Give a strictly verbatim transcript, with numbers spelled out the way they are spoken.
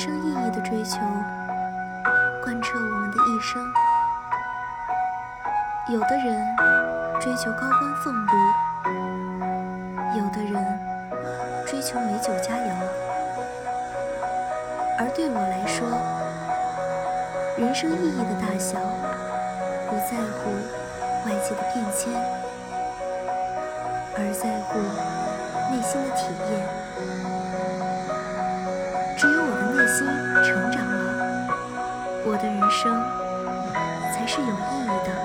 生意义的追求贯彻我们的一生。有的人追求高官俸禄，有的人追求美酒佳肴，而对我来说，人生意义的大小不在乎外界的变迁，而在乎内心的体验。只有我的内心成长了，我的人生才是有意义的。